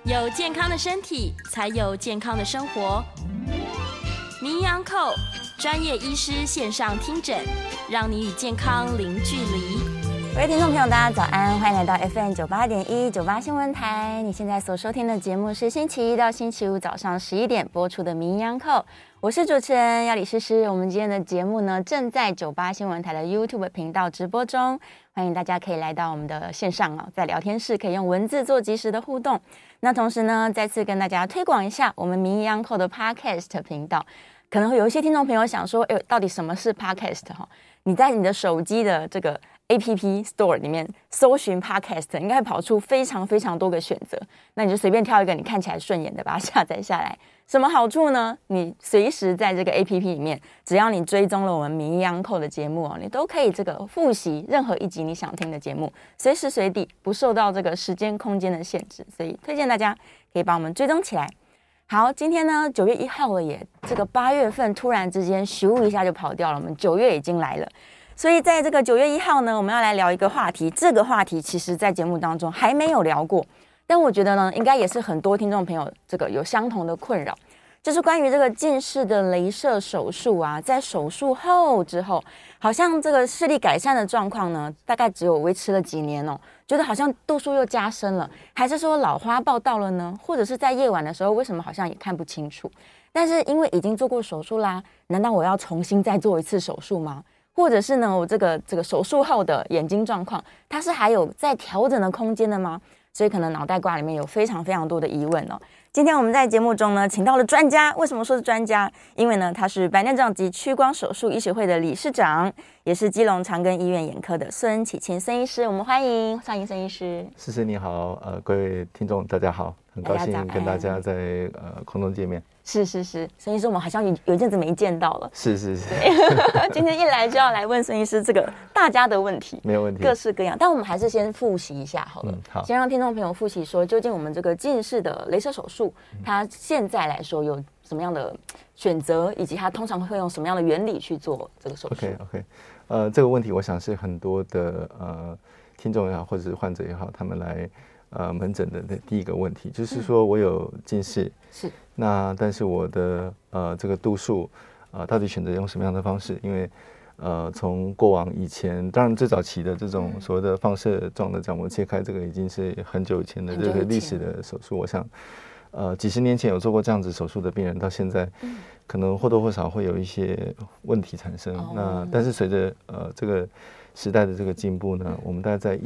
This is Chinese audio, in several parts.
有健康的身体，才有健康的生活。名医安扣专业医师线上听诊，让你与健康零距离。 各位听众朋友，大家早安，欢迎来到 FM98.1 98新闻台。你现在所收听的节目是星期一到星期五早上11点播出的名医安扣，我是主持人要李诗诗。我们今天的节目呢，正在98新闻台的 YouTube 频道直播中，欢迎大家可以来到我们的线上在聊天室可以用文字做即时的互动。那同时呢，再次跟大家推广一下我们名医安扣的 Podcast 频道。可能会有一些听众朋友想说，到底什么是 Podcast 你在你的手机的这个 APP Store 里面搜寻 Podcast， 应该会跑出非常非常多个选择。那你就随便挑一个你看起来顺眼的，把它下载下来。什么好处呢？你随时在这个 APP 里面，只要你追踪了我们名医安扣的节目你都可以这个复习任何一集你想听的节目，随时随地不受到这个时间空间的限制。所以推荐大家可以把我们追踪起来。好，今天呢9月1号了耶，这个8月份突然之间咻一下就跑掉了，我们9月已经来了。所以在这个9月1号呢，我们要来聊一个话题，这个话题其实在节目当中还没有聊过，但我觉得呢，应该也是很多听众朋友这个有相同的困扰，就是关于这个近视的雷射手术在手术后之后，好像这个视力改善的状况呢，大概只有维持了几年觉得好像度数又加深了，还是说老花报到了呢？或者是在夜晚的时候，为什么好像也看不清楚？但是因为已经做过手术啦，难道我要重新再做一次手术吗？或者是呢，我这个手术后的眼睛状况，它是还有在调整的空间的吗？所以可能脑袋瓜里面有非常非常多的疑问今天我们在节目中呢，请到了专家。为什么说是专家？因为呢，他是白内障及屈光手术医学会的理事长，也是基隆长庚医院眼科的孙启清孙医师。我们欢迎孙医师。 诗诗你好，各位听众大家好，很高兴跟大家在空中见面。 是，孙医师，我们好像有一阵子没见到了。 是。 今天一来就要来问孙医师这个大家的问题， 没有问题， 各式各样。但我们还是先复习一下好了， 好， 先让听众朋友复习说，究竟我们这个近视的雷射手术，它现在来说有什么样的选择，以及它通常会用什么样的原理去做这个手术 ？OK， 这个问题我想是很多的听众也好，或者是患者也好，他们来门诊的第一个问题，就是说我有近视， 是。 那但是我的这个度数到底选择用什么样的方式？因为从过往以前，当然最早期的这种所谓的放射状的角膜切开，这个已经是很久以前的这个历史的手术。我想几十年前有做过这样子手术的病人，到现在可能或多或少会有一些问题产生。那但是随着这个时代的这个进步呢，我们大概在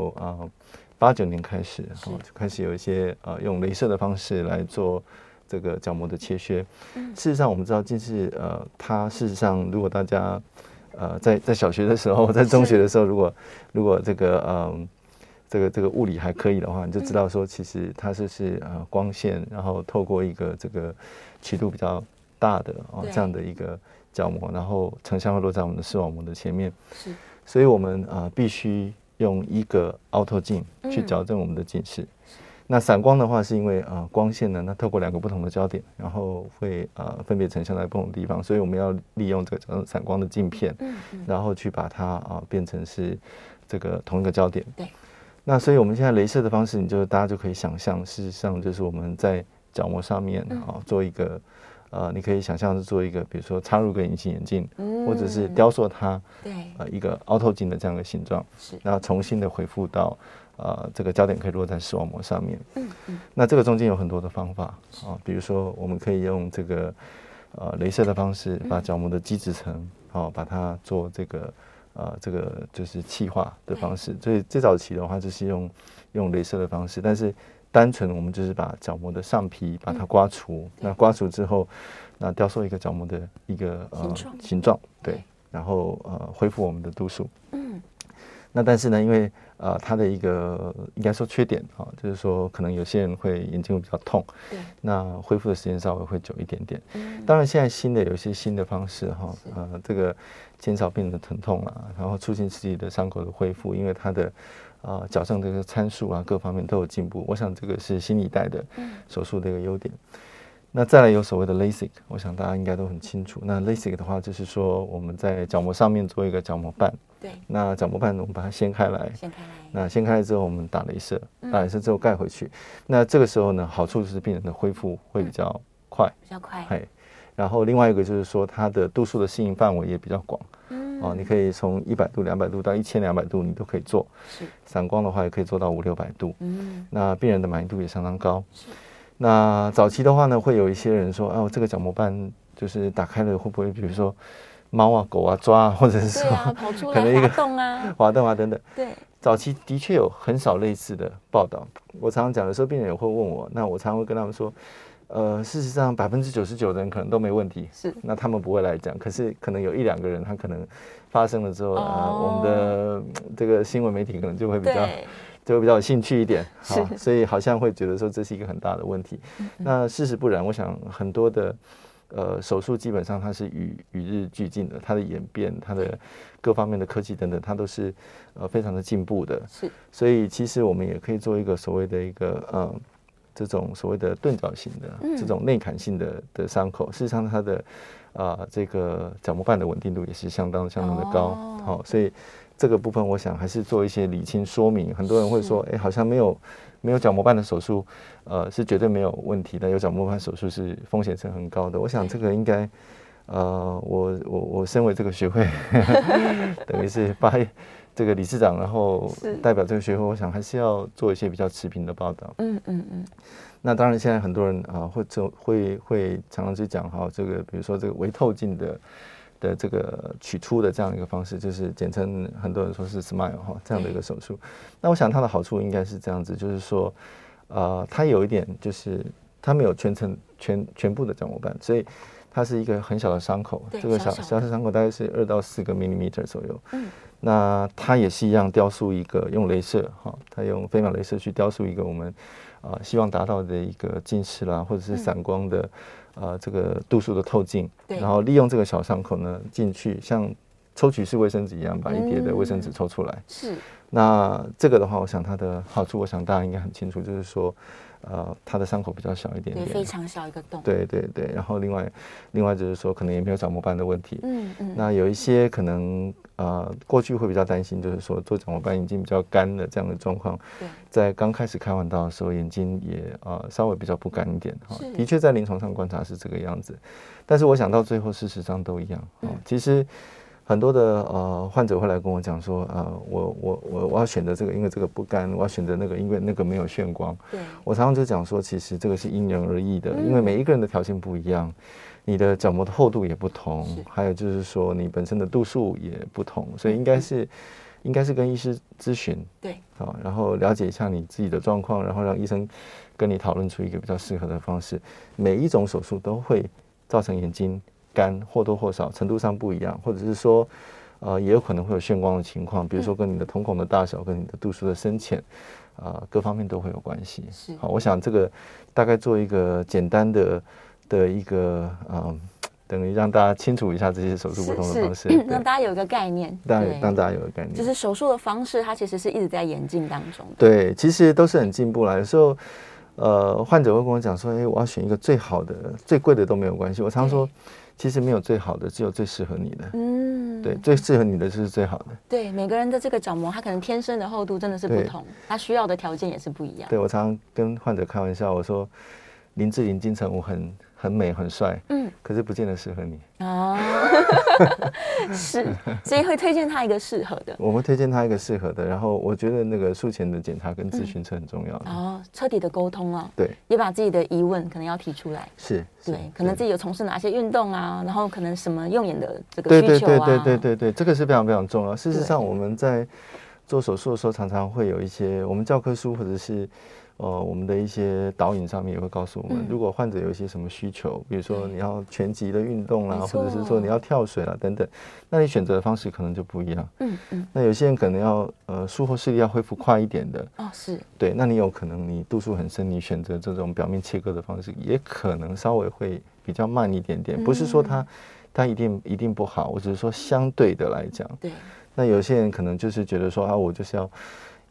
1989年开始就开始有一些用雷射的方式来做这个角膜的切削。事实上我们知道近视它事实上如果大家在小学的时候，在中学的时候，如果这个物理还可以的话，你就知道说其实它是光线，然后透过一个这个曲度比较大的这样的一个角膜，然后成像会落在我们的视网膜的前面。是，所以我们必须用一个凹透镜去矫正我们的近视。那散光的话，是因为光线呢，它透过2个不同的焦点，然后会分别成像在不同的地方，所以我们要利用这个散光的镜片，然后去把它变成是这个同一个焦点。对。那所以我们现在雷射的方式，大家就可以想象，事实上就是我们在角膜上面做一个你可以想象是做一个，比如说插入个隐形眼镜，或者是雕塑它，一个凹透镜的这样的形状，然后重新的恢复到这个焦点可以落在视网膜上面。那这个中间有很多的方法比如说我们可以用这个雷射的方式，把角膜的基质层把它做这个就是气化的方式。所以最早期的话就是用雷射的方式，但是单纯我们就是把角膜的上皮把它刮除，那刮除之后，那雕塑一个角膜的一个形状，对，然后恢复我们的度数。那但是呢，因为它的一个应该说缺点就是说可能有些人会眼睛会比较痛，那恢复的时间稍微会久一点点。当然现在有一些新的方式这个减少病人的疼痛然后促进自己的伤口的恢复，因为它的矫正这个参数各方面都有进步。我想这个是新一代的手术的一个优点。 那再来有所谓的 LASIK， 我想大家应该都很清楚。那 LASIK 的话，就是说我们在角膜上面做一个角膜瓣， 对， 那角膜瓣我们把它掀开来，那掀开来之后，我们打雷射，打雷射之后盖回去。那这个时候呢，好处就是病人的恢复会比较快，然后另外一个就是说，它的度数的适应范围也比较广。你可以从100度、200度到1200度，你都可以做。是，散光的话也可以做到500-600度。那病人的满意度也相当高。那早期的话呢，会有一些人说，这个角膜瓣就是打开了，会不会比如说猫啊、狗啊抓啊，或者是说跑出来可能一个滑动啊等等。 对， 早期的确有很少类似的报道。我常常讲的时候，病人也会问我，那我常常会跟他们说，事实上99%的人可能都没问题，是，那他们不会来讲，可是可能有1-2个人，他可能发生了之后，我们的这个新闻媒体可能就会比较有兴趣一点，所以好像会觉得说这是一个很大的问题。那事实不然，我想很多的手术基本上它是与日俱进的，它的演变，它的各方面的科技等等，它都是非常的进步的。是，所以其实我们也可以做一个所谓的一个这种所谓的钝角型的这种内砍性的伤口，事实上它的这个角膜瓣的稳定度也是相当的高。所以这个部分我想还是做一些理清说明。很多人会说，好像没有角膜瓣的手术，是绝对没有问题的，有角膜瓣手术是风险是很高的。我想这个应该，我身为这个学会，等于是这个理事长，然后代表这个学会，我想还是要做一些比较持平的报道。那当然，现在很多人会常常去讲这个，比如说这个微透镜的这个取出的这样一个方式，就是简称很多人说是 SMILE 这样的一个手术。那我想它的好处应该是这样子，就是说，它有一点就是它没有全部的角膜瓣，所以它是一个很小的伤口，这个小的伤口大概是2到4个 millimeter 左右。那它也是一样雕塑一个用雷射它用飞秒雷射去雕塑一个我们希望达到的一个近视啦，或者是散光的这个度数的透镜，然后利用这个小伤口呢进去，像抽取式卫生纸一样，把一叠的卫生纸抽出来。是。那这个的话，我想它的好处，我想大家应该很清楚，就是说，它的伤口比较小一点点， 非常小一个洞。 对。然后另外就是说，可能也没有角膜瓣的问题。那有一些可能过去会比较担心，就是说做角膜瓣眼睛比较干的这样的状况，在刚开始开完刀的时候，眼睛也稍微比较不干一点。的确在临床上观察是这个样子，但是我想到最后事实上都一样。其实很多的患者会来跟我讲说，我要选择这个，因为这个不干；我要选择那个，因为那个没有眩光。我常常就讲说，其实这个是因人而异的，因为每一个人的条件不一样，你的角膜的厚度也不同，还有就是说你本身的度数也不同，所以应该是跟医师咨询，然后了解一下你自己的状况，然后让医生跟你讨论出一个比较适合的方式。每一种手术都会造成眼睛干，或多或少程度上不一样，或者是说也有可能会有眩光的情况，比如说跟你的瞳孔的大小跟你的度数的深浅各方面都会有关系。好，我想这个大概做一个简单的一个等于让大家清楚一下这些手术不同的方式， 让大家有一个概念， 让大家有个概念， 就是手术的方式它其实是一直在演进当中的。 对，其实都是很进步啦。有时候患者会跟我讲说，我要选一个最好的，最贵的都没有关系。我常说，其实没有最好的，只有最适合你的。对，最适合你的就是最好的。 对，每个人的这个角膜，它可能天生的厚度真的是不同，它需要的条件也是不一样。 对，我常常跟患者开玩笑，我说林志玲、金城武很美很帅，可是不见得适合你。 是，所以会推荐他一个适合的。 我会推荐他一个适合的，然后我觉得那个术前的检查跟咨询是很重要的。 彻底的沟通啊。 对， 也把自己的疑问可能要提出来。 是， 对，可能自己有从事哪些运动啊，然后可能什么用眼的这个需求啊。 对，这个是非常非常重要。事实上，我们在做手术的时候，常常会有一些我们教科书或者是我们的一些导引上面也会告诉我们，如果患者有一些什么需求，比如说你要拳击的运动啦，或者是说你要跳水啦等等，那你选择的方式可能就不一样。那有些人可能要术后视力要恢复快一点的。是。对，那你有可能你度数很深，你选择这种表面切割的方式，也可能稍微会比较慢一点点。不是说它一定不好，我只是说相对的来讲。对。那有些人可能就是觉得说我就是要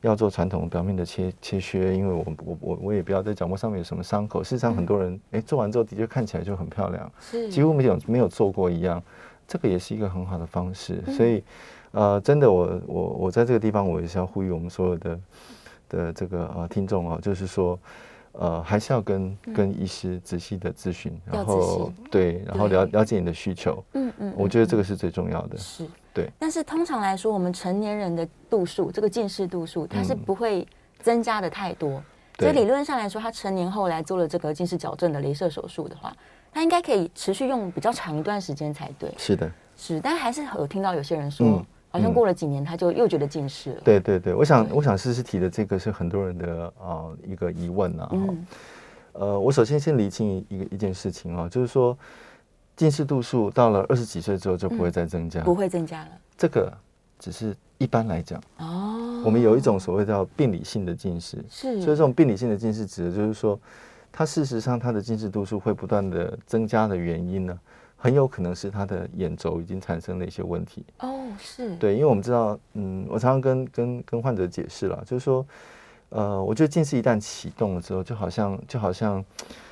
要做传统表面的切削，因为我也不要在角膜上面有什么伤口。事实上，很多人做完之后的确看起来就很漂亮，几乎没有做过一样。这个也是一个很好的方式。所以真的我在这个地方我也是要呼吁我们所有的这个听众啊，就是说还是要跟医师仔细的咨询，然后对，然后了解你的需求。我觉得这个是最重要的。是。对， 但是通常来说，我们成年人的度数，这个近视度数，它是不会增加的太多。所以理论上来说，他成年后来做了这个近视矫正的雷射手术的话，他应该可以持续用比较长一段时间才对。 是的， 是，但还是有听到有些人说，好像过了几年他就又觉得近视了。 对对对，我想诗诗提的这个是很多人的一个疑问啊。我首先厘清一件事情啊，就是说。近视度数到了20几岁之后就不会再增加， 不会增加了。 这个只是一般来讲我们有一种所谓叫病理性的近视，所以这种病理性的近视指的就是说，它事实上它的近视度数会不断的增加的原因呢，很有可能是它的眼轴已经产生了一些问题。 是对， 因为我们知道，我常常跟患者解释了，就是说，我觉得近视一旦启动了之后，就好像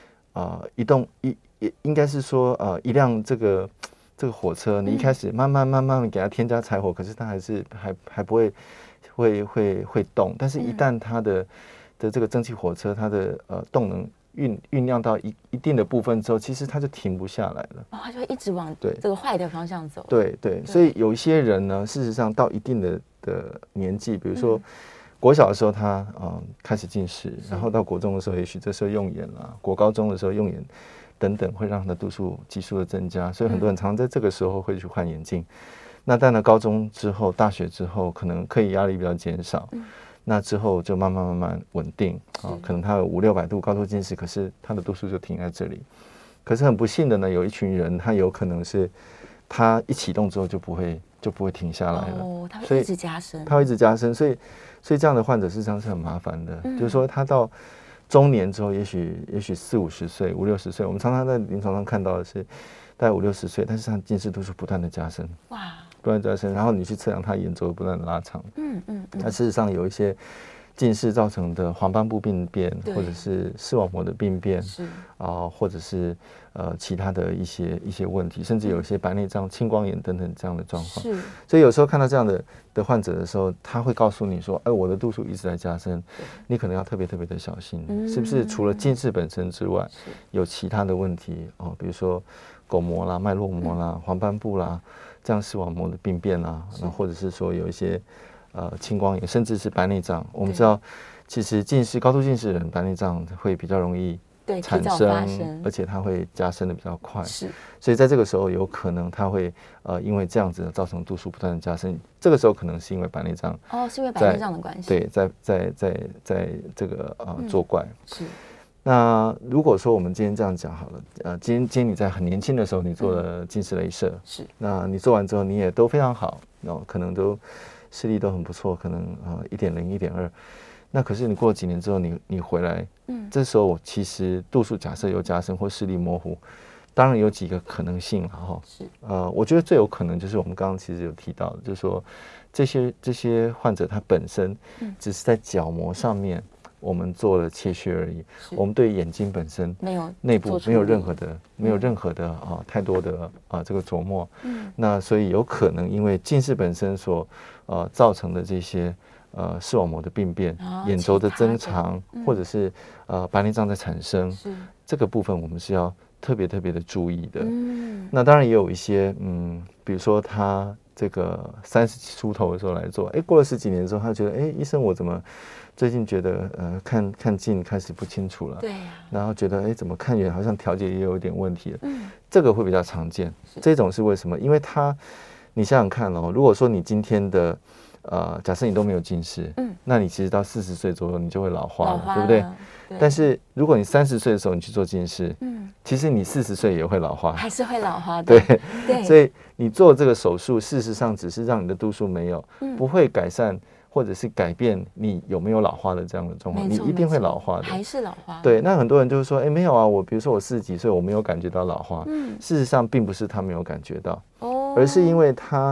应该是说一辆这个火车，你一开始慢慢给它添加柴火，可是它还不会动，但是一旦它的这个蒸汽火车它的动能酝酿到一定的部分之后，其实它就停不下来了。 它就会一直往这个坏的方向走。 对，所以有一些人呢，事实上到一定的年纪，比如说国小的时候他开始近视，然后到国中的时候，也许这时候用眼啦，国高中的时候用眼等等，会让他的度数急速的增加，所以很多人常常在这个时候会去换眼镜。那到了高中之后、大学之后，可能课业压力比较减少，那之后就慢慢稳定可能他有500-600度高度近视，可是他的度数就停在这里。可是很不幸的呢，有一群人他有可能是他一启动之后就不会停下来了， 他会一直加深， 所以这样的患者事实上是很麻烦的，就是说他到中年之后，也许40-50岁、50-60岁，我们常常在临床上看到的是大概50-60岁，但是他近视度数不断的加深，不断加深，然后你去测量他眼轴不断的拉长，那事实上有一些近视造成的黄斑部病变，或者是视网膜的病变，或者是其他的一些问题，甚至有一些白内障、青光眼等等这样的状况。所以有时候看到这样的患者的时候，他会告诉你说：“我的度数一直在加深，你可能要特别的小心，是不是？除了近视本身之外，有其他的问题比如说巩膜啦、脉络膜啦、黄斑部啦，这样视网膜的病变啦，那或者是说有一些青光眼，甚至是白内障。我们知道，其实高度近视的人，白内障会比较容易产生，而且它会加深的比较快。所以在这个时候，有可能它会因为这样子造成度数不断的加深。这个时候可能是因为白内障， 是因为白内障的关系。 对，在这个作怪。那如果说我们今天这样讲好了，今天你在很年轻的时候你做了近视雷射，那你做完之后你也都非常好，可能都视力都很不错，可能1.0、1.2。那可是你过了几年之后，你回来，这时候其实度数假设有加深或视力模糊，当然有几个可能性了我觉得最有可能就是我们刚刚其实有提到的，就是说这些患者他本身只是在角膜上面我们做了切削而已，我们对眼睛本身内部没有任何的太多的这个琢磨，那所以有可能因为近视本身所造成的这些视网膜的病变、眼轴的增长，或者是白内障的产生，这个部分我们是要特别的注意的。那当然也有一些比如说他这个30出头的时候来做，过了10几年之后，他觉得医生我怎么最近觉得看近开始不清楚了，然后觉得怎么看远好像调节也有一点问题了，这个会比较常见。这种是为什么？因为你想想看如果说你今天的假设你都没有近视，那你其实到40岁左右你就会老化了，对不对？但是如果你30岁的时候你去做近视，其实你40岁也会老化， 还是会老化的。 对，所以你做这个手术，事实上只是让你的度数没有，不会改善或者是改变你有没有老化的这样的状况，你一定会老化的， 还是老化。 对，那很多人就是说，没有啊，比如说我40几岁，我没有感觉到老化，事实上并不是他没有感觉到，而是因为他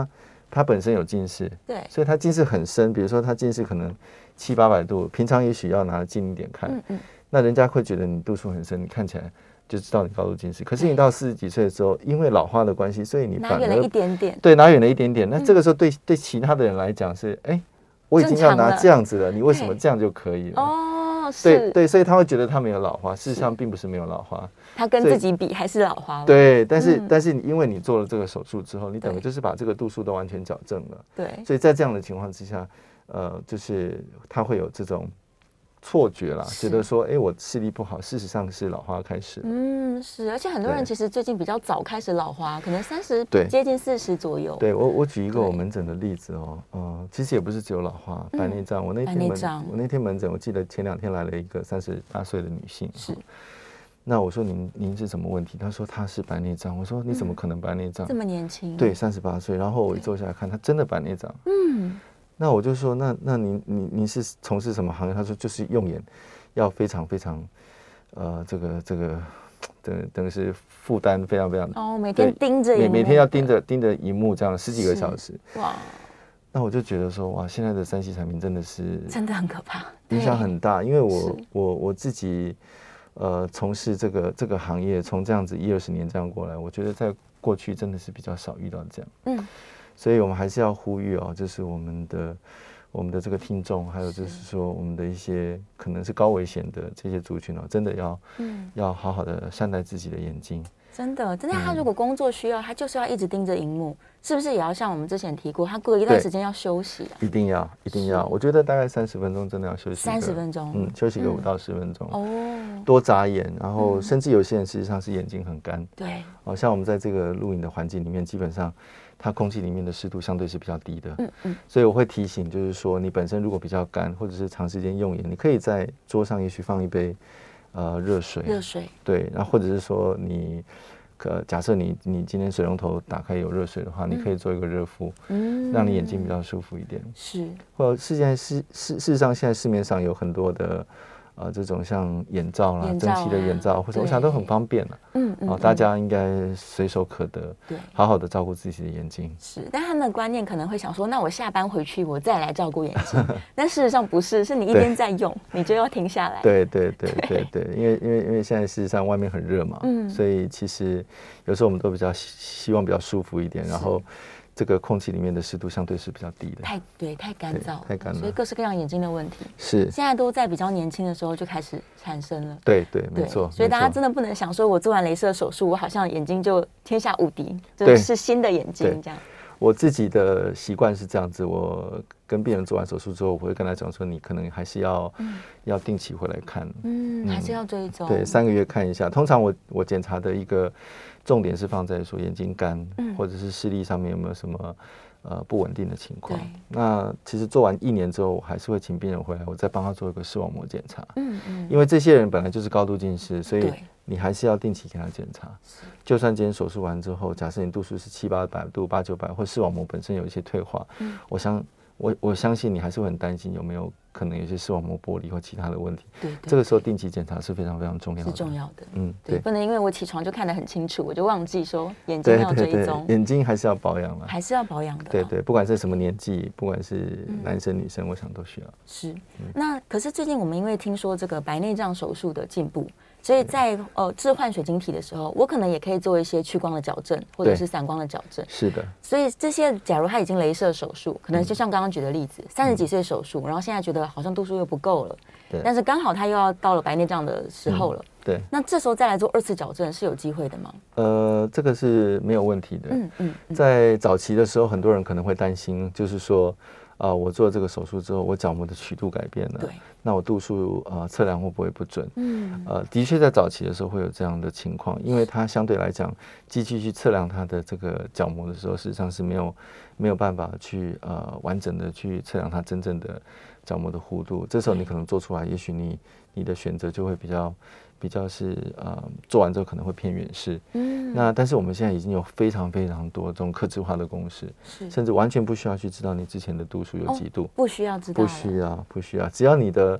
他本身有近视， 对， 所以他近视很深，比如说他近视可能700-800度，平常也许要拿近一点看，那人家会觉得你度数很深，你看起来就知道你高度近视。可是你到40几岁的时候，因为老花的关系，所以你反而拿远了一点点， 对，拿远了一点点。那这个时候对其他的人来讲是，我已经要拿这样子了，你为什么这样就可以了？ 哦，是， 对，所以他会觉得他没有老花，事实上并不是没有老花， 他跟自己比还是老花了。 对，但是因为你做了这个手术之后，你等于就是把这个度数都完全矫正了。 对， 所以在这样的情况之下，就是他会有这种错觉啦，觉得说，我视力不好，事实上是老花开始。 是，而且很多人其实最近比较早开始老花，可能30接近40左右。 对，我举一个我门诊的例子哦，其实也不是只有老花，白内障。我那天门诊，我记得前2天来了一个38岁的女性。是。那我说您是什么问题？她说她是白内障。我说你怎么可能白内障？ 这么年轻？ 对，38岁。然后我一坐下来看，她真的白内障。那我就说，那您是从事什么行业？他说就是用眼要非常非常，这个等于是负担非常非常每天盯着每天要盯着荧幕这样10几个小时。 哇！ 那我就觉得说，哇，现在的3C产品真的很可怕， 影响很大。因为我自己从事这个行业，从这样子10-20年这样过来，我觉得在过去真的是比较少遇到这样。所以我们还是要呼吁就是我们的这个听众，还有就是说我们的一些可能是高危险的这些族群真的要好好的善待自己的眼睛。真的， 他如果工作需要，他就是要一直盯着荧幕，是不是也要像我们之前提过，他隔一段时间要休息啊？ 一定要，我觉得大概30分钟真的要休息 30分钟， 休息个5到10分钟，多眨眼，然后甚至有些人事实上是眼睛很干， 对， 像我们在这个录影的环境里面，基本上它空气里面的湿度相对是比较低的，所以我会提醒，就是说你本身如果比较干，或者是长时间用眼，你可以在桌上也许放一杯热水，对，然后或者是说假设你今天水龙头打开有热水的话，你可以做一个热敷，让你眼睛比较舒服一点。是，或者事实上现在市面上有很多的这种像眼罩啦，蒸汽的眼罩，或者我想都很方便了。大家应该随手可得，对，好好的照顾自己的眼睛。 是，但他们的观念可能会想说，那我下班回去我再来照顾眼睛，但事实上不是，是你一边在用，你就要停下来。 对，因为现在事实上外面很热嘛，所以其实有时候我们都比较希望比较舒服一点，然后这个空气里面的湿度相对是比较低的， 太干燥， 太干了， 所以各式各样眼睛的问题是现在都在比较年轻的时候就开始产生了。 对，没错。 所以大家真的不能想说，我做完雷射手术，我好像眼睛就天下无敌，就是新的眼睛这样。 我自己的习惯是这样子，我跟病人做完手术之后，我会跟他讲说，你可能还是要定期回来看， 还是要追踪， 对，3个月看一下。通常我检查的一个重点是放在说眼睛干，或者是视力上面有没有什么不稳定的情况。那其实做完1年之后，我还是会请病人回来，我再帮他做一个视网膜检查。因为这些人本来就是高度近视，所以你还是要定期给他检查。就算今天手术完之后，假设你度数是700-800度、800-900，或视网膜本身有一些退化，我相信你还是会很担心有没有可能有些视网膜剥离或其他的问题。对，这个时候定期检查是非常非常重要的， 是重要的。 对， 不能因为我起床就看得很清楚，我就忘记说眼睛要追踪。 眼睛还是要保养了， 还是要保养的。 对，不管是什么年纪，不管是男生女生，我想都需要。 是，那可是最近我们因为听说这个白内障手术的进步。所以在置换水晶体的时候，我可能也可以做一些屈光的矫正，或者是散光的矫正。是的。所以这些，假如他已经雷射手术，可能就像刚刚举的例子，30几岁手术，然后现在觉得好像度数又不够了，但是刚好他又要到了白内障的时候了。对。那这时候再来做2次矫正是有机会的吗？ 这个是没有问题的。在早期的时候，很多人可能会担心，就是说。我做了这个手术之后，我角膜的曲度改变了，那我度数测量会不会不准？的确在早期的时候会有这样的情况，因为它相对来讲，机器去测量它的这个角膜的时候，事实上是没有办法去完整的去测量它真正的角膜的弧度。这时候你可能做出来，也许你的选择就会比较是做完之后可能会偏远视。那但是我们现在已经有非常非常多这种客制化的公式，甚至完全不需要去知道你之前的度数有几度， 不需要知道， 不需要，只要你的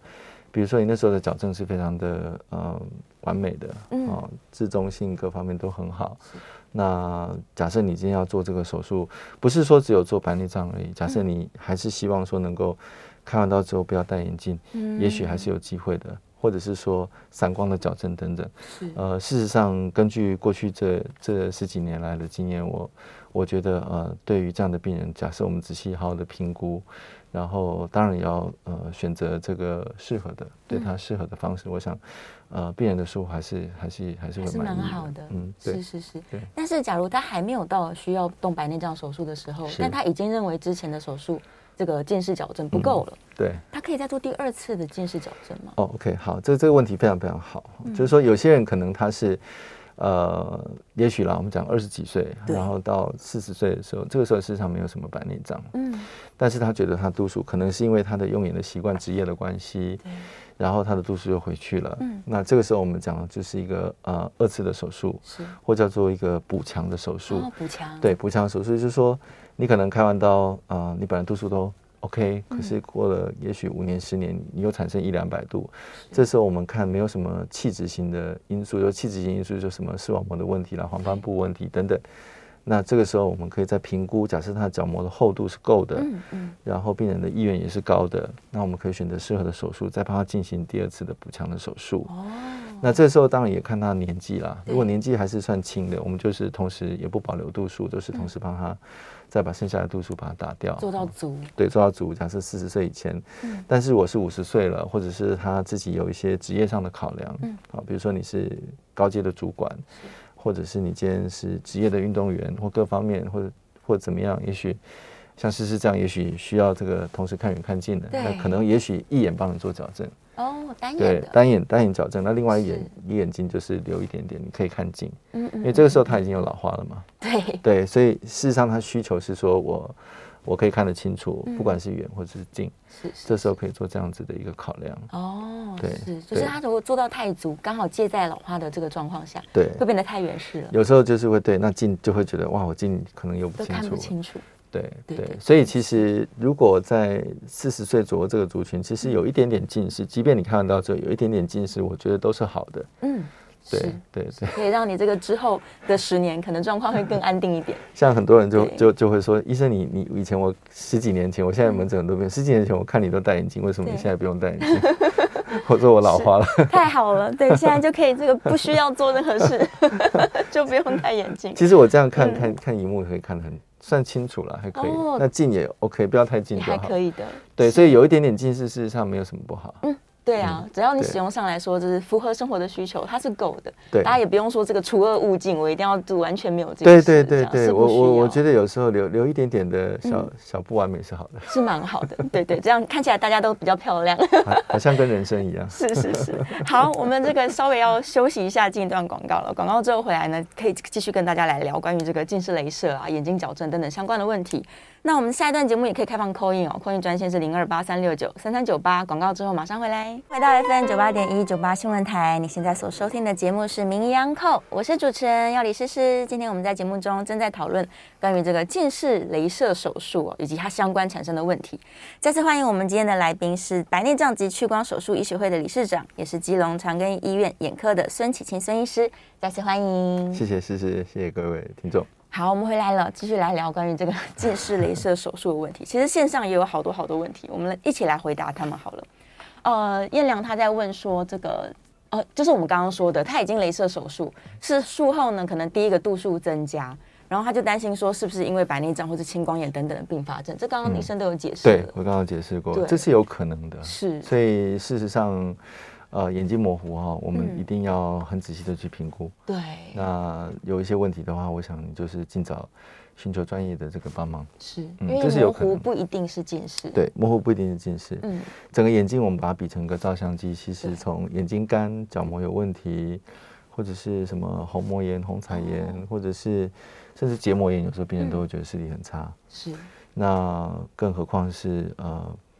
比如说你那时候的矫正是非常的完美的，自中性各方面都很好。那假设你今天要做这个手术，不是说只有做白内障而已，假设你还是希望说能够开完刀之后不要戴眼镜，也许还是有机会的。或者是说散光的矫正等等，事实上，根据过去这10几年来的经验，我觉得对于这样的病人，假设我们仔细好好的评估，然后当然也要选择这个适合的，对他适合的方式，我想病人的收获还是会蛮好的。 对，是。但是假如他还没有到需要动白内障手术的时候，但他已经认为之前的手术这个近视矫正不够了， 对， 他可以再做第2次的近视矫正吗 ？OK， 好，这个问题非常非常好，就是说有些人可能他是也许啦，我们讲20几岁，然后到40岁的时候，这个时候事实上没有什么白内障，但是他觉得他度数可能是因为他的用眼的习惯、职业的关系，然后他的度数又回去了，那这个时候我们讲的就是一个2次的手术，或叫做一个补强的手术， 补强， 对，补强手术就是说你可能开完刀你本来度数都OK， 可是过了也许5年10年，你又产生100-200度，这时候我们看没有什么器质型的因素，有器质型因素就什么视网膜的问题啦、黄斑部问题等等。那这个时候我们可以再评估，假设他的角膜的厚度是够的，然后病人的意愿也是高的，那我们可以选择适合的手术，再帮他进行第2次的补强的手术。那这时候当然也看他年纪啦，如果年纪还是算轻的，我们就是同时也不保留度数，就是同时帮他再把剩下的度数把它打掉， 做到足。 对，做到足。假设40岁以前，但是我是50岁了，或者是他自己有一些职业上的考量，比如说你是高阶的主管，或者是你今天是职业的运动员，或各方面，或者怎么样，也许像诗诗这样，也许需要这个同时看远看近的，那可能也许一眼帮你做矫正。 单眼的， 单眼矫正，那另外一眼睛就是留一点点，你可以看近，因为这个时候他已经有老花了嘛，对，所以事实上他需求是说我可以看得清楚，不管是远或者是近，这时候可以做这样子的一个考量。对， 就是他如果做到太足，刚好介在老花的这个状况下， 对， 会变得太远视了。 有时候就是会对，那近就会觉得哇，我近可能又不清楚， 都看不清楚。 对，所以其实如果在40岁左右这个族群，其实有一点点近视，即便你看得到之后有一点点近视，我觉得都是好的。对， 可以让你这个之后的10年，可能状况会更安定一点。 像很多人就会说，医生你以前我10几年前，我现在门诊都没有，10几年前我看你都戴眼镜，为什么你现在不用戴眼镜？或者我老花了？ 太好了，对，现在就可以这个不需要做任何事，就不用戴眼镜。 其实我这样看荧幕可以看得很算清楚了，还可以。那近也 OK， 不要太近就好。 还可以的。 对，所以有一点点近视，事实上没有什么不好。 对啊，只要你使用上来说，就是符合生活的需求，它是够的。 对， 大家也不用说这个除恶务尽，我一定要做完全没有近视。 对，我觉得有时候留一点点的小不完美是好的， 是蛮好的。对，这样看起来大家都比较漂亮， 好像跟人生一样。 是。好，我们这个稍微要休息一下，进一段广告了。广告之后回来呢，可以继续跟大家来聊关于这个近视雷射啊、眼睛矫正等等相关的问题。那我们下一段节目也可以开放 call in 哦， call in 专线是0283693398。广告之后马上回来。回到 FM98.1 98新闻台，你现在所收听的节目是名医央叩，我是主持人药理诗诗。今天我们在节目中正在讨论关于这个近视雷射手术以及它相关产生的问题。再次欢迎我们今天的来宾是白内障及屈光手术医学会的理事长，也是基隆长庚医院眼科的孙启清孙医师。再次欢迎。 谢谢诗诗，谢谢各位听众。 好，我们回来了，继续来聊关于这个近视雷射手术的问题。其实线上也有好多问题，我们一起来回答他们好了。燕良他在问说，这个就是我们刚刚说的，他已经雷射手术，是术后呢可能第一个度数增加，然后他就担心说是不是因为白内障或者青光眼等等的并发症。这刚刚医生都有解释了， 对我刚刚解释过，这是有可能的。 是， 所以事实上。眼睛模糊我们一定要很仔细的去评估。 对， 那有一些问题的话，我想你就是尽早寻求专业的这个帮忙。 是，因为模糊不一定是近视。 对，模糊不一定是近视。整个眼睛我们把它比成个照相机，其实从眼睛干、角膜有问题，或者是什么虹膜炎、虹彩炎，或者是甚至结膜炎，有时候病人都会觉得视力很差。 是。 那更何况是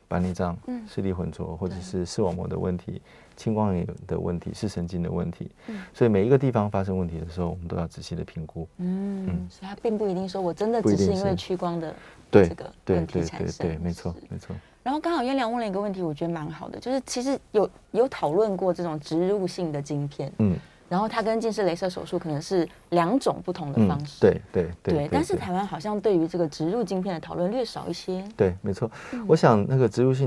白内障、视力浑浊，或者是视网膜的问题、青光眼的问题、视神经的问题。所以每一个地方发生问题的时候，我们都要仔细的评估。 所以它并不一定说我真的只是因为屈光的这个问题产生。 对，没错没错。 然后刚好燕良问了一个问题，我觉得蛮好的，就是其实有讨论过这种植入性的晶片，然后它跟近视雷射手术可能是2种不同的方式。 对。 但是台湾好像对于这个植入晶片的讨论略少一些。 对，没错。我想那个植入性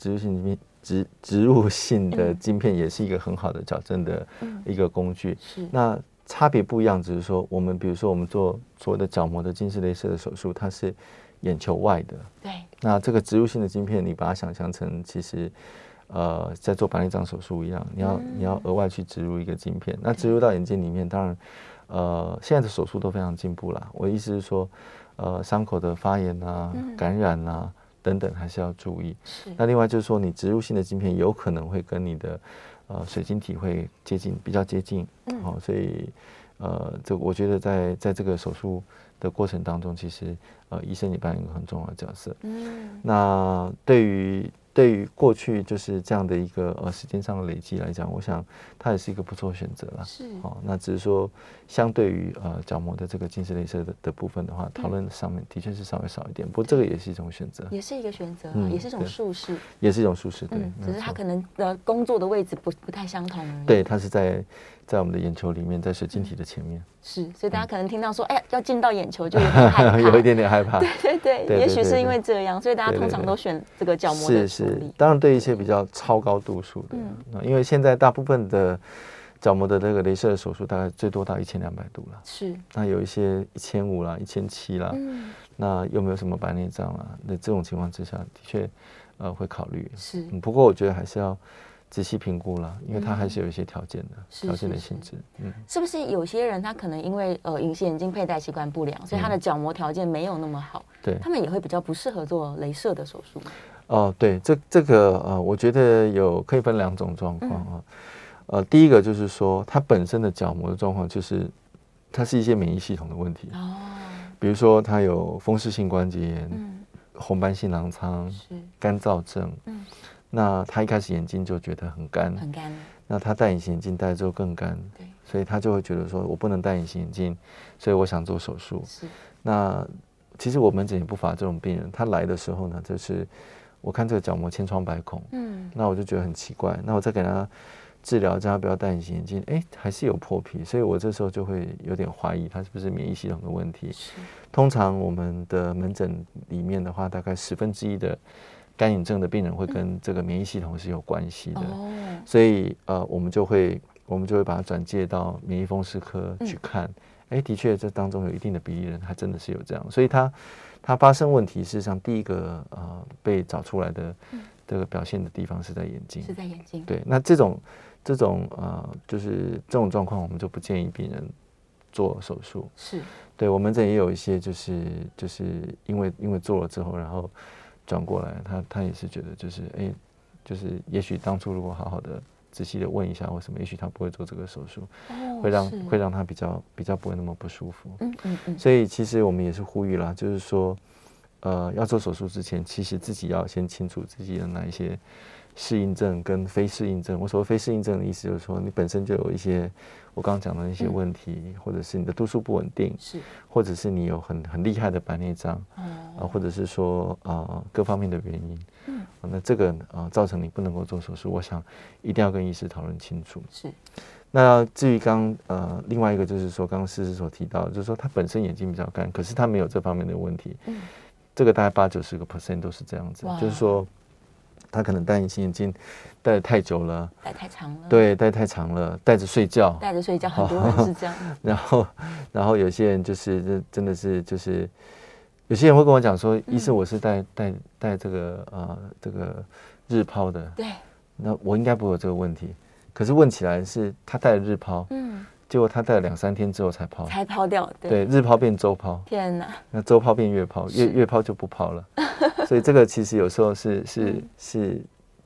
的晶片也是一个很好的矫正的一个工具。那差别不一样，只是说我们比如说我们做所谓的角膜的近视雷射的手术，它是眼球外的。 对。 那这个植入性的晶片，你把它想象成其实。在做白内障手术一样，你要额外去植入一个晶片，那植入到眼睛里面，当然，现在的手术都非常进步啦。我的意思是说，伤口的发炎啊、感染啊等等，还是要注意。那另外就是说，你植入性的晶片有可能会跟你的水晶体会比较接近，所以这我觉得在这个手术的过程当中，其实医生也扮演一个很重要的角色。那对于过去就是这样的一个时间上的累积来讲，我想它也是一个不错选择啦。那只是说相对于角膜的这个近视雷射的部分的话，讨论上面的确是稍微少一点，不过这个也是一种选择， 也是一个选择，也是一种术式， 也是一种术式，对， 只是它可能工作的位置不太相同而已。 对，它是在我们的眼球里面，在水晶体的前面。 所以大家可能听到说，哎，要进到眼球就有点害怕， 有一点点害怕。 对，也许是因为这样，所以大家通常都选这个角膜的处理。 当然，对一些比较超高度数的，因为现在大部分的角膜的这个雷射手术，大概最多到1200度了。那有一些1500啦、1700啦，那又没有什么白内障啦，那这种情况之下，的确会考虑。不过我觉得还是要仔细评估了，因为它还是有一些条件的性质。 是不是有些人他可能因为隐形眼镜佩戴习惯不良，所以他的角膜条件没有那么好，他们也会比较不适合做雷射的手术。 对，这个我觉得可以分2种状况啊。第一个就是说，它本身的角膜的状况，就是它是一些免疫系统的问题。比如说它有风湿性关节炎、红斑性狼疮、干燥症。那他一开始眼睛就觉得很干，那他戴隐形眼镜戴之后更干，所以他就会觉得说，我不能戴隐形眼镜，所以我想做手术。那其实我门诊也不乏这种病人，他来的时候呢，就是我看这个角膜千疮百孔，那我就觉得很奇怪，那我再给他治疗，叫他不要戴隐形眼镜，还是有破皮，所以我这时候就会有点怀疑他是不是免疫系统的问题。通常我们的门诊里面的话，大概1/10的干眼症的病人会跟这个免疫系统是有关系的，所以我们就会把它转介到免疫风湿科去看。的确这当中有一定的比例人还真的是有这样，所以它发生问题，事实上第一个被找出来的这个表现的地方是在眼睛，对，那这种就是这种状况，我们就不建议病人做手术。对，我们这也有一些就是因为做了之后，然后转过来，他也是觉得就是也许当初如果好好的仔细的问一下为什么，也许他不会做这个手术，会让他比较不会那么不舒服。所以其实我们也是呼吁啦，就是说要做手术之前，其实自己要先清楚自己有哪一些适应症跟非适应症。我所谓非适应症的意思就是说，你本身就有一些我刚刚讲的那些问题，或者是你的度数不稳定，或者是你有很厉害的白内障，或者是说各方面的原因，那这个造成你不能够做手术，我想一定要跟医师讨论清楚。那至于另外一个就是说，刚刚诗诗所提到的，就是说他本身眼睛比较干，可是他没有这方面的问题，这个大概80-90% 都是这样子，就是说他可能戴隐形眼镜戴得太久了， 戴太长了， 对，戴太长了，戴着睡觉， 很多人是这样。 然后有些人就是真的是就是有些人会跟我讲说，医师我是戴这个日抛的， 对， 那我应该不会有这个问题，可是问起来是他戴了日抛，结果他戴了2-3天之后才抛掉， 对，日抛变周抛， 天哪， 那周抛变月抛，月抛就不抛了，所以这个其实有时候是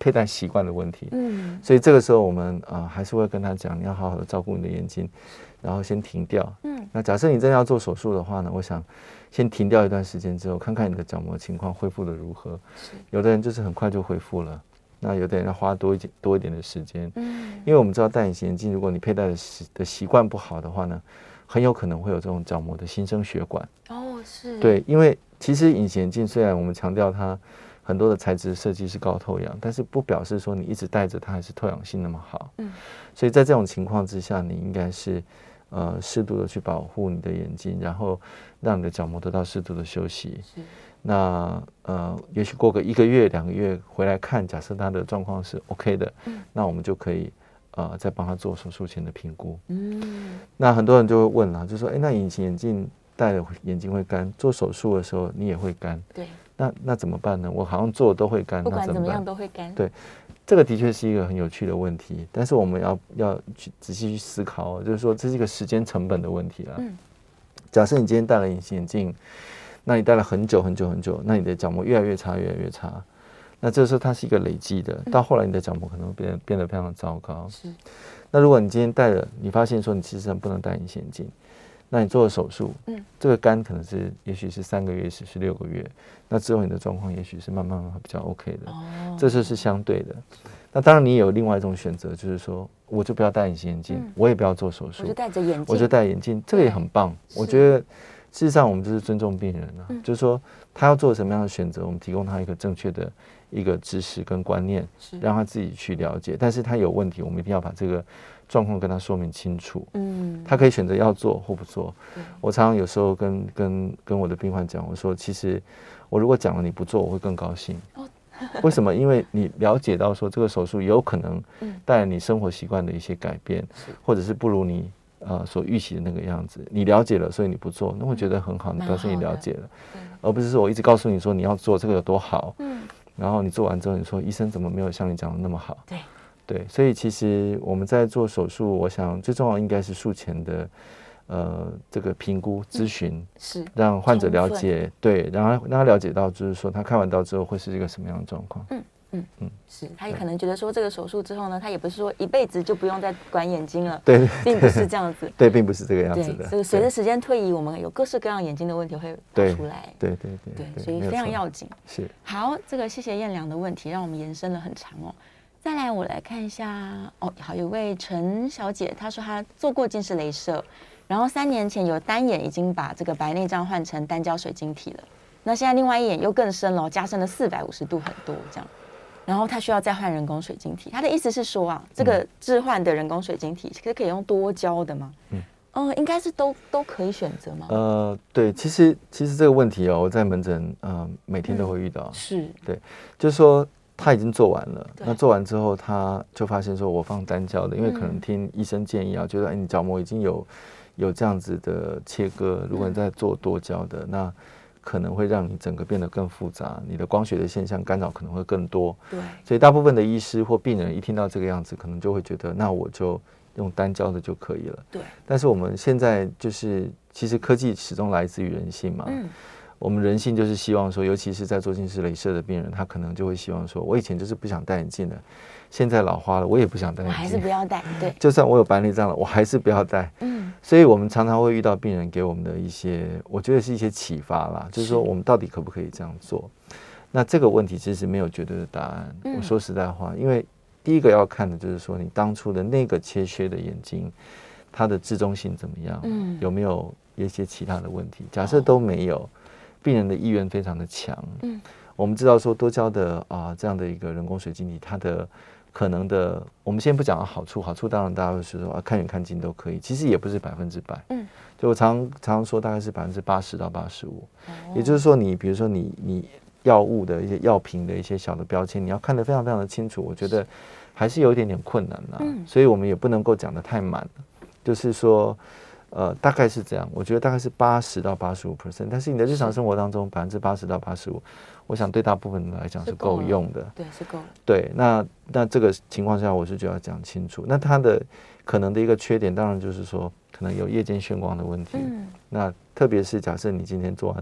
佩戴习惯的问题。所以这个时候我们还是会跟他讲，你要好好的照顾你的眼睛，然后先停掉。那假设你真的要做手术的话呢，我想先停掉一段时间之后，看看你的角膜情况恢复的如何。有的人就是很快就恢复了，那有的人要花多一点的时间。因为我们知道戴隐形眼镜，如果你佩戴的习惯不好的话呢，很有可能会有这种角膜的新生血管。 是。对， 因为其实隐形眼镜虽然我们强调它很多的材质设计是高透氧，但是不表示说你一直戴着它还是透氧性那么好。所以在这种情况之下，你应该是适度的去保护你的眼睛，然后让你的角膜得到适度的休息。那也许过个1个月2个月回来看，假设他的状况是 OK 的，那我们就可以再帮他做手术前的评估。那很多人就会问了，就说那隐形眼镜戴了眼睛会干，做手术的时候你也会干， 对， 那怎么办呢？我好像做都会干， 不管怎么样都会干。 对，这个的确是一个很有趣的问题，但是我们要去仔细去思考，就是说这是一个时间成本的问题啦。假设你今天戴了隐形眼镜，那你戴了很久很久很久，那你的角膜越来越差越来越差，那这时候它是一个累积的，到后来你的角膜可能变得非常的糟糕。那如果你今天戴了，你发现说你其实不能戴隐形眼镜，那你做了手术，这个干可能是也许是3个月，是6个月，那之后你的状况也许是慢慢比较 OK 的。这就是相对的。那当然你也有另外一种选择，就是说我就不要戴隐形眼镜，我也不要做手术， 我就戴着眼镜， 我就戴眼镜，这个也很棒。我觉得事实上我们就是尊重病人啊，就是说他要做什么样的选择，我们提供他一个正确的一个知识跟观念，让他自己去了解。但是他有问题，我们一定要把这个状况跟他说明清楚。他可以选择要做或不做。我常常有时候跟我的病患讲，我说其实我如果讲了你不做，我会更高兴。为什么？因为你了解到说这个手术有可能带来你生活习惯的一些改变，或者是不如你所预期的那个样子，你了解了，所以你不做，那我觉得很好，你表示你了解了，而不是说我一直告诉你说你要做这个有多好，然后你做完之后你说医生怎么没有像你讲的那么好？对，所以其实我们在做手术，我想最重要应该是术前的这个评估咨询，是让患者了解，对，让他了解到就是说他开完刀之后会是一个什么样的状况。 是，他也可能觉得说这个手术之后呢，他也不是说一辈子就不用再管眼睛了， 对， 并不是这样子， 对，并不是这个样子的。 所以随着时间推移，我们有各式各样眼睛的问题会跑出来， 对， 所以非常要紧。 是， 好，这个谢谢燕良的问题，让我们延伸了很长哦。再来，我来看一下哦，好，有位陈小姐，她说她做过近视雷射，然后3年前有单眼已经把这个白内障换成单焦水晶体了，那现在另外一眼又更深了，加深了450度，很多这样。然后他需要再换人工水晶体，他的意思是说这个置换的人工水晶体可以用多焦的吗？应该是都可以选择吗？ 对，其实这个问题我在门诊每天都会遇到， 是对，就是说他已经做完了，那做完之后他就发现说我放单焦的，因为可能听医生建议觉得你角膜已经有这样子的切割，如果你再做多焦的，那可能会让你整个变得更复杂，你的光学的现象干扰可能会更多。 对， 所以大部分的医师或病人一听到这个样子，可能就会觉得，那我就用单焦的就可以了。 对。 但是我们现在就是，其实科技始终来自于人性嘛。我们人性就是希望说，尤其是在做近视雷射的病人，他可能就会希望说，我以前就是不想戴眼镜的，现在老花了，我也不想戴眼镜， 我还是不要戴。对。 就算我有白内障了，我还是不要戴。所以我们常常会遇到病人给我们的一些，我觉得是一些启发啦，就是说我们到底可不可以这样做？那这个问题其实没有绝对的答案。我说实在话，因为第一个要看的就是说，你当初的那个切削的眼睛，它的至中性怎么样？有没有一些其他的问题？假设都没有，病人的意愿非常的强。我们知道说多焦的这样的一个人工水晶体，它的可能的，我们先不讲好处，好处当然大家会说看远看近都可以，其实也不是100%。就我常说大概是80%到85%。也就是说，你比如说你药物的一些药品的一些小的标签，你要看得非常非常的清楚，我觉得还是有一点点困难啦。所以我们也不能够讲得太满，就是说大概是这样，我觉得大概是80%到85%，但是你的日常生活当中80%到85%，我想对大部分人来讲是够用的。 对，是够。 对，那这个情况下，我是觉得要讲清楚。那它的可能的一个缺点，当然就是说可能有夜间眩光的问题。那特别是假设你今天做完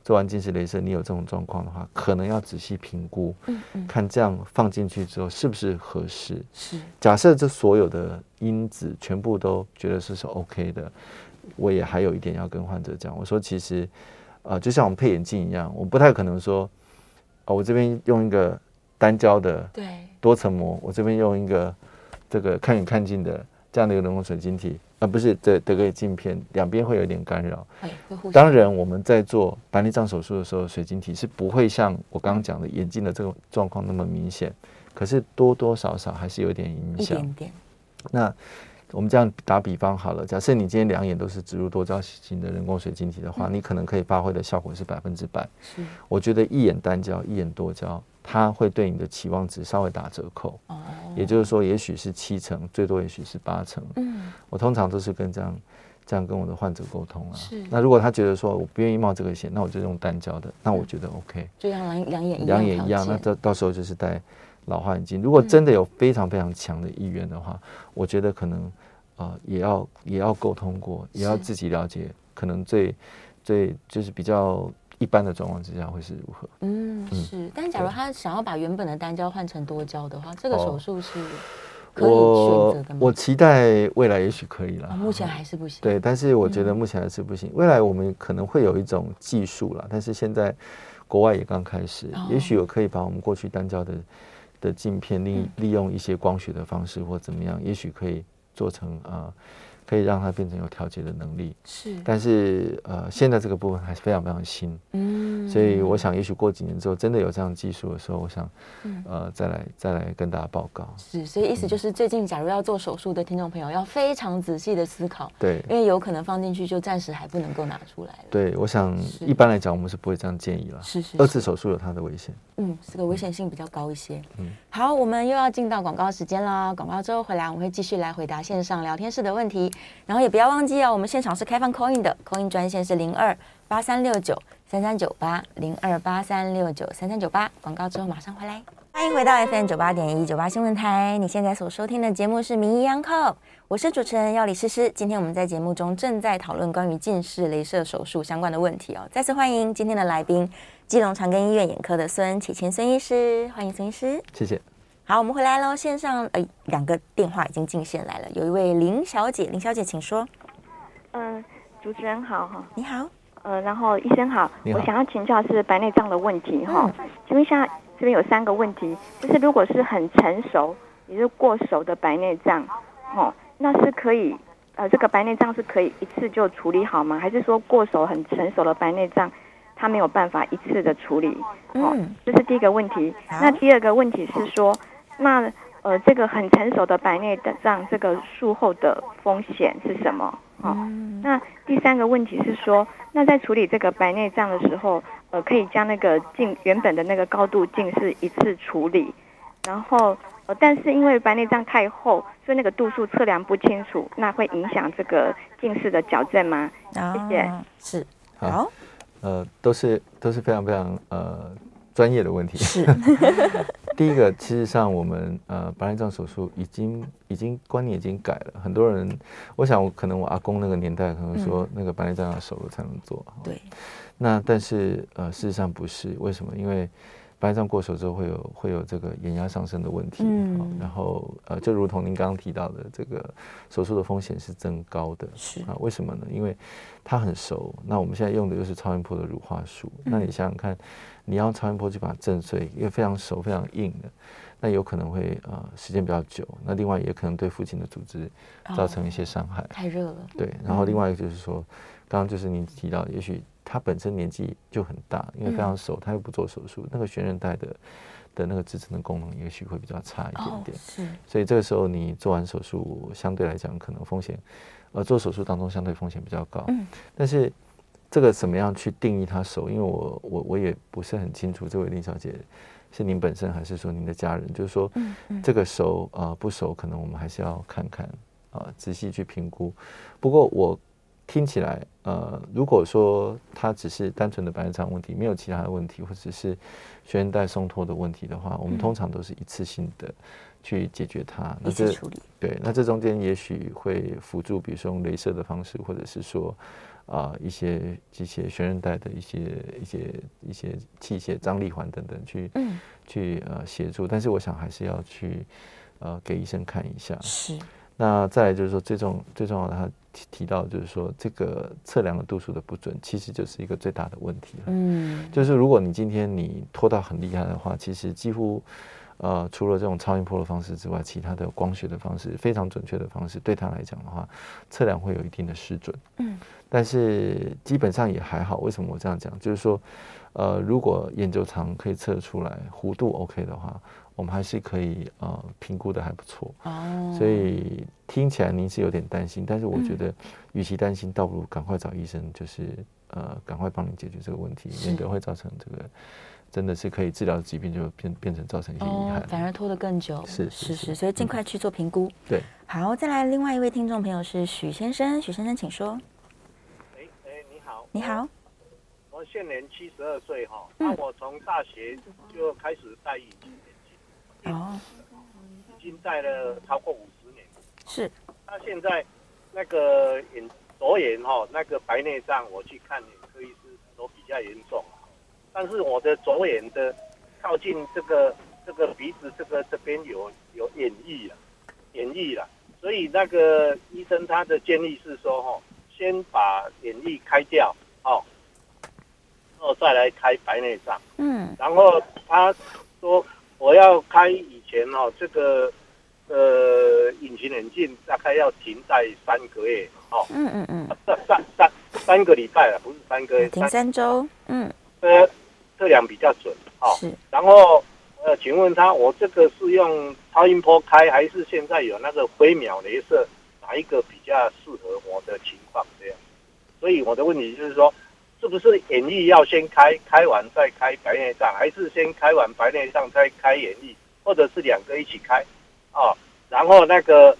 做完近视雷射，你有这种状况的话，可能要仔细评估，看这样放进去之后是不是合适。 是， 假设这所有的因子全部都觉得是 OK 的，我也还有一点要跟患者讲，我说其实，就像我们配眼镜一样，我不太可能说，我这边用一个单焦的多层膜，我这边用一个这个看远看近的这样的一个人工水晶体。不是这个镜片两边会有点干扰。当然，我们在做白内障手术的时候，水晶体是不会像我刚刚讲的眼镜的这种状况那么明显，可是多多少少还是有点影响。一点点。那我们这样打比方好了，假设你今天两眼都是植入多焦型的人工水晶体的话，你可能可以发挥的效果是100%。是。我觉得一眼单焦，一眼多焦，它会对你的期望值稍微打折扣。也就是说，也许是7成，最多也许是8成。我通常都是这样跟我的患者沟通啊。那如果他觉得说我不愿意冒这个险，那我就用单焦的，那我觉得 OK。 就像两眼一样，那到时候就是戴老花眼镜。如果真的有非常非常强的意愿的话，我觉得可能也要沟通过，也要自己了解，可能最就是比较一般的状况之下会是如何。 是。但假如他想要把原本的单焦换成多焦的话，这个手术是可以选择的吗？ 我期待未来也许可以啦。 目前还是不行。 对，但是我觉得目前还是不行。未来我们可能会有一种技术啦，但是现在国外也刚开始，也许我可以把我们过去单焦的镜片利用一些光学的方式或怎么样，也许可以做成可以让它变成有调节的能力。是。但是现在这个部分还是非常非常新。所以我想也许过几年之后真的有这样技术的时候，我想再来跟大家报告。 是。所以意思就是最近假如要做手术的听众朋友要非常仔细的思考。 对。 因为有可能放进去就暂时还不能够拿出来了。 对，我想一般来讲我们是不会这样建议了。是。二次手术有它的危险。 这个危险性比较高一些。好，我们又要进到广告时间了。广告之后回来我们会继续来回答线上聊天室的问题。然后也不要忘记我们现场是开放 call in 的 ，call in 专线是02-8369-3398，02-8369-3398。广告之后马上回来。欢迎回到 FM 98.1 98新闻台，你现在所收听的节目是名医央叩，我是主持人药理诗诗。今天我们在节目中正在讨论关于近视雷射手术相关的问题再次欢迎今天的来宾，基隆长庚医院眼科的孙启谦孙医师，欢迎孙医师。 谢谢。 好，我们回来喽。线上2个电话已经进线来了，有一位林小姐，林小姐请说。 主持人好哈。 你好。 然后医生好，我想要请教是白内障的问题哈。请问一下，这边有3个问题，就是如果是很成熟，也就是过熟的白内障，那是可以这个白内障是可以一次就处理好吗？还是说过熟很成熟的白内障，它没有办法一次的处理？这是第一个问题。那第二个问题是说，那这个很成熟的白内障，这个术后的风险是什么？那第3个问题是说，那在处理这个白内障的时候，可以将那个原本的那个高度近视一次处理，然后但是因为白内障太厚，所以那个度数测量不清楚，那会影响这个近视的矫正吗？谢谢。 是。好。 都是非常非常专业的问题。 是。 第一个，其实上我们白内障手术已经观念已经改了，很多人，我想可能我阿公那个年代可能说那个白内障要熟了才能做。对。那但是事实上不是，为什么？因为白内障过熟之后会有这个眼压上升的问题，然后就如同您刚刚提到的，这个手术的风险是增高的。是啊，为什么呢？因为它很熟，那我们现在用的又是超音波的乳化术，那你想想看，你要用超音波去把它震碎，因为非常熟非常硬的，那有可能会时间比较久，那另外也可能对附近的组织造成一些伤害。 太热了。 对，然后另外一个就是说，刚刚就是您提到，也许他本身年纪就很大，因为非常熟，他又不做手术，那个悬韧带的那个支撑的功能也许会比较差一点点。是。所以这个时候你做完手术，相对来讲可能风险，做手术当中相对风险比较高。但是这个怎么样去定义它熟？因为我也不是很清楚，这位林小姐是您本身还是说您的家人？就是说，这个熟不熟，可能我们还是要看看仔细去评估。不过我听起来，如果说它只是单纯的白内障问题，没有其他的问题，或者是悬韧带松脱的问题的话，我们通常都是一次性的去解决它。 一次处理。 对，那这中间也许会辅助，比如说用雷射的方式，或者是说一些悬韧带的一些器械、张力环等等去协助，但是我想还是要去给医生看一下。 是。 那再来就是说最重要的，他提到就是说这个测量的度数的不准，其实就是一个最大的问题了。就是如果你今天你拖到很厉害的话，其实几乎除了这种超音波的方式之外，其他的光学的方式非常准确的方式，对他来讲的话，测量会有一定的失准。但是基本上也还好。为什么我这样讲？就是说，如果眼周长可以测出来，弧度 OK 的话，我们还是可以评估的还不错。所以听起来您是有点担心，但是我觉得，与其担心，倒不如赶快找医生，就是赶快帮你解决这个问题，免得会造成这个真的是可以治疗的疾病就变成造成一些遗憾， 反而拖得更久。 是， 所以尽快去做评估。 对， 好，再来另外一位听众朋友是许先生，许先生请说。 你好。 你好。 我现年72岁哈，那我从大学就开始戴隐形眼镜，已经戴了超过50年。 是。 那现在那个左眼哈，那个白内障，我去看眼科医师都比较严重，但是我的左眼的靠近这个鼻子这边有眼翳了，所以那个医生他的建议是说哈，先把眼翳开掉，然后再来开白内障。然后他说我要开以前这个隐形眼镜大概要停在3个月3个礼拜了，不是3个月， 停3周。 测量比较准。 是。 然后请问他，我这个是用超音波开，还是现在有那个飞秒雷射，哪一个比较适合我的情况？这样。所以我的问题就是说，是不是眼翳要先开完再开白内障，还是先开完白内障再开眼翳，或者是2个一起开？然后那个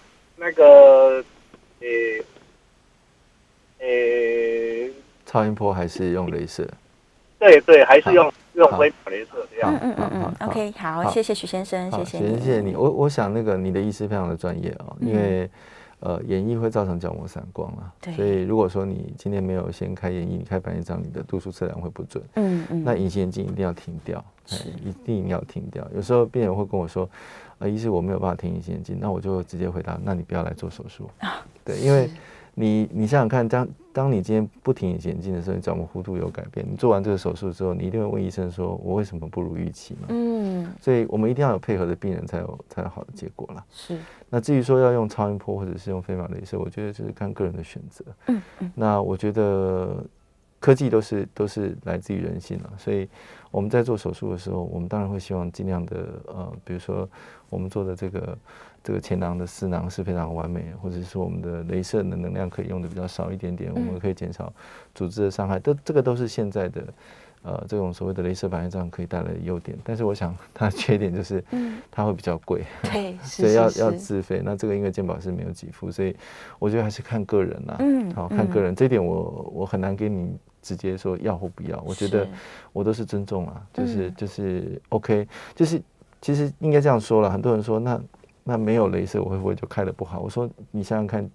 超音波还是用雷射？ 对，还是用飞秒雷射这样。 OK， 好，谢谢许先生，谢谢你。我想你的医师非常的专业因为眼翳会造成角膜散光所以如果说你今天没有先开眼翳，你开白内障，你的度数测量会不准。那隐形眼镜一定要停掉，一定要停掉。有时候病人会跟我说，医师我没有办法停隐形眼镜，那我就直接回答，那你不要来做手术。对，因为你想想看，当你今天不停隐形眼镜的时候，你角膜弧度有改变，你做完这个手术之后，你一定会问医生说，我为什么不如预期嘛？所以我们一定要有配合的病人才有好的结果啦。 是。 那至于说要用超音波或者是用飞秒雷射，我觉得就是看个人的选择。那我觉得科技都是来自于人性所以我们在做手术的时候，我们当然会希望尽量的比如说我们做的这个前囊的4囊是非常完美，或者是我们的雷射的能量可以用的比较少一点点，我们可以减少组织的伤害，这个都是现在的这种所谓的雷射白内障可以带来的优点。但是我想它的缺点就是它会比较贵， 对， 所以要自费。那这个因为健保是没有给付，所以我觉得还是看个人好看个人。这一点我很难给你直接说要或不要，我觉得我都是尊重就是 OK， 就是其实应该这样说了。很多人说那没有雷射我会不会就开得不好？我说你想想看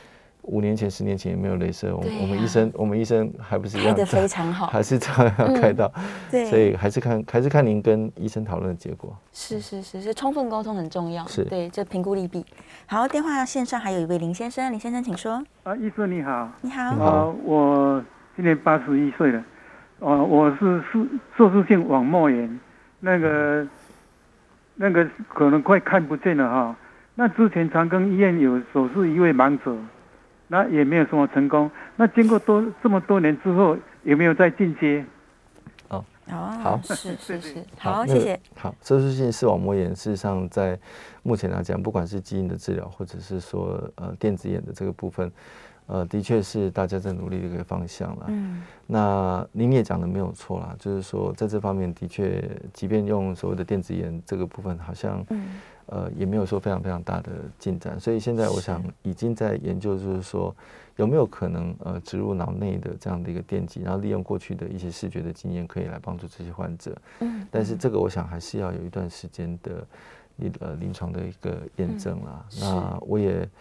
，5年前、10年前也没有雷射，我们医生还不是一样开得非常好， 还是照样要开到。所以还是看您跟医生讨论的结果。 是，充分沟通很重要。 是， 对，这评估利弊。好，电话线上还有一位林先生，林先生请说。 医生你好。 你好。 我今年81岁了，我是色素性网膜炎，那个可能快看不见了那之前长庚医院有手术一位盲者，那也没有什么成功。那经过这么多年之后，有没有再进阶？ 好， 是，好，谢谢。 好，色素性视网膜炎事实上在目前来讲，不管是基因的治疗，或者是说电子眼的这个部分。的确是大家在努力的一个方向啦。那您也讲的没有错啦，就是说在这方面的确，即便用所谓的电子眼这个部分，好像也没有说非常非常大的进展。所以现在我想已经在研究，就是说有没有可能植入脑内的这样的一个电极，然后利用过去的一些视觉的经验，可以来帮助这些患者。但是这个我想还是要有一段时间的临床的一个验证啦。那我也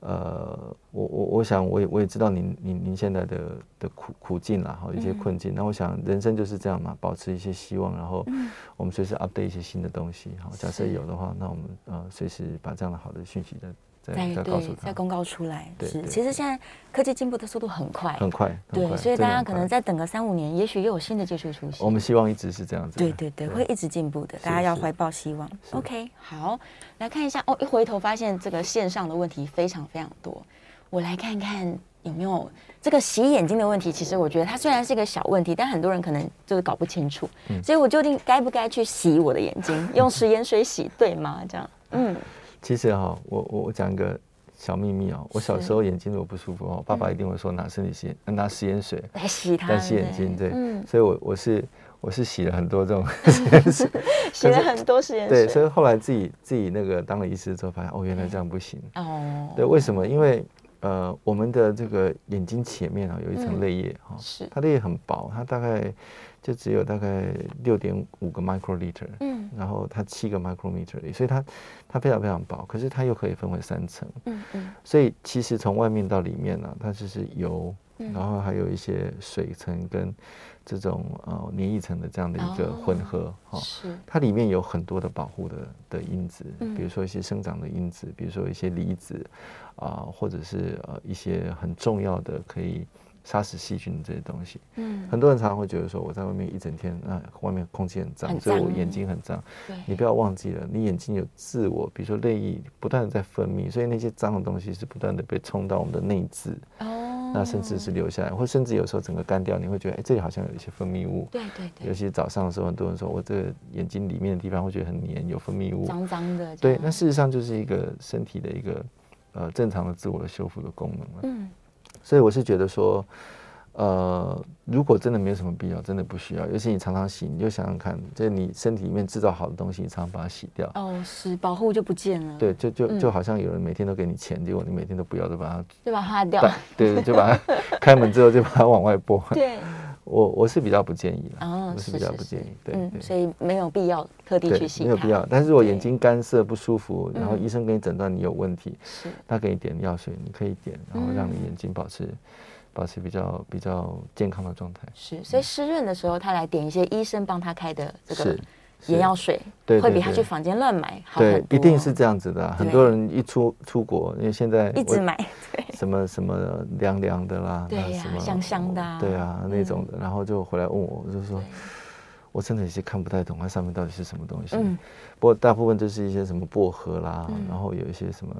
我想我也知道您现在的苦境啦，一些困境。那我想人生就是这样嘛，保持一些希望，然后我们随时 update 一些新的东西。假设有的话，那我们随时把这样的好的讯息再告诉他， 再公告出来。 对， 其实现在科技进步的速度很快， 很快。 对，所以大家可能再等个3-5年，也许又有新的技术出现。 我们希望一直是这样子。 对，会一直进步的，大家要怀抱希望。OK， 好，来看一下一回头发现这个线上的问题非常非常多。我来看看有没有这个洗眼睛的问题。其实我觉得它虽然是一个小问题，但很多人可能就是搞不清楚。所以我究竟该不该去洗我的眼睛，用食盐水洗，对吗？这样， 其实我讲一个小秘密我小时候眼睛如果不舒服爸爸一定会说拿食盐水来洗它， 来洗眼睛。对，所以我是洗了很多这种食盐水， 洗了很多食盐水。 对，所以后来自己那个当了医师之后，发现原来这样不行。对，为什么？因为我们的这个眼睛前面有一层泪液它泪液很薄，它大概就只有大概6.5个 microliter，然后它7个 micrometer， 所以它非常非常薄，可是它又可以分为3层，所以其实从外面到里面呢，它就是油，然后还有一些水层跟这种黏液层的这样的一个混合，它里面有很多的保护的因子，比如说一些生长的因子，比如说一些离子或者是一些很重要的可以杀死细菌的这些东西。很多人常常会觉得说我在外面一整天外面空气很脏，所以我眼睛很脏。你不要忘记了，你眼睛有自我，比如说泪液不断的在分泌，所以那些脏的东西是不断的被冲到我们的内眦，那甚至是流下来，或甚至有时候整个干掉，你会觉得这里好像有一些分泌物。 对， 尤其早上的时候，很多人说我这个眼睛里面的地方会觉得很黏，有分泌物， 脏脏的。 对，那事实上就是一个身体的一个正常的自我的修复的功能了。所以我是觉得说，如果真的没有什么必要，真的不需要。尤其你常常洗，你就想想看，就是你身体里面制造好的东西，你常常把它洗掉， 是保护就不见了。 对，就好像有人每天都给你钱，结果你每天都不要，就把它花掉。 对，就把它开门之后就把它往外拨。 对， 我是比较不建议了。我是比较不建议。对， 所以没有必要特地去洗它， 没有必要。但是如果眼睛干涩不舒服，然后医生给你诊断你有问题，他给你点药水，你可以点，然后让你眼睛保持比较健康的状态。 所以湿润的时候，他来点一些医生帮他开的这个眼药水，会比他去坊间乱买好很多。 对，一定是这样子的。很多人一出国，因为现在一直买， 什么凉凉的啦， 对呀，香香的， 对啊，那种的，然后就回来问我，我就说，我真的有些看不太懂它上面到底是什么东西。不过大部分就是一些什么薄荷啦，然后有一些什么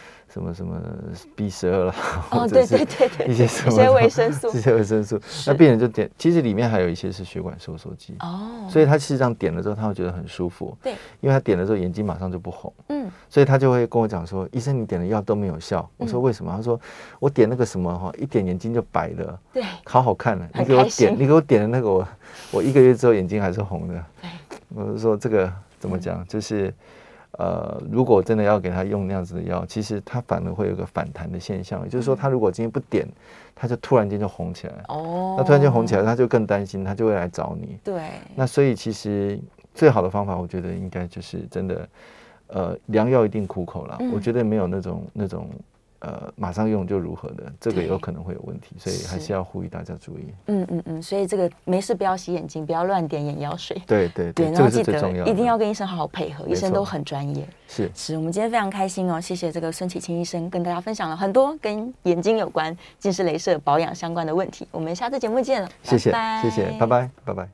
B12啦， 对， 一些维生素，那病人就点，其实里面还有一些是血管收缩剂所以他事实上点了之后，他会觉得很舒服，对，因为他点了之后眼睛马上就不红，所以他就会跟我讲说，医生你点的药都没有效，我说为什么？他说我点那个什么一点眼睛就白了，对，好看了，你给我点的那个我1个月之后眼睛还是红的，我就说这个怎么讲，就是如果真的要给他用那样子的药，其实他反而会有个反弹的现象，也就是说他如果今天不点，他就突然间就红起来，那突然间红起来，他就更担心，他就会来找你。对，那所以其实最好的方法，我觉得应该就是真的，良药一定苦口啦，我觉得没有那种马上用就如何的，这个有可能会有问题，所以还是要呼吁大家注意。所以这个没事不要洗眼睛，不要乱点眼药水。对，然后记得一定要跟医生好好配合，医生都很专业。是，我们今天非常开心谢谢这个孙启清医生跟大家分享了很多跟眼睛有关、近视雷射保养相关的问题。我们下次节目见了，谢谢，拜拜。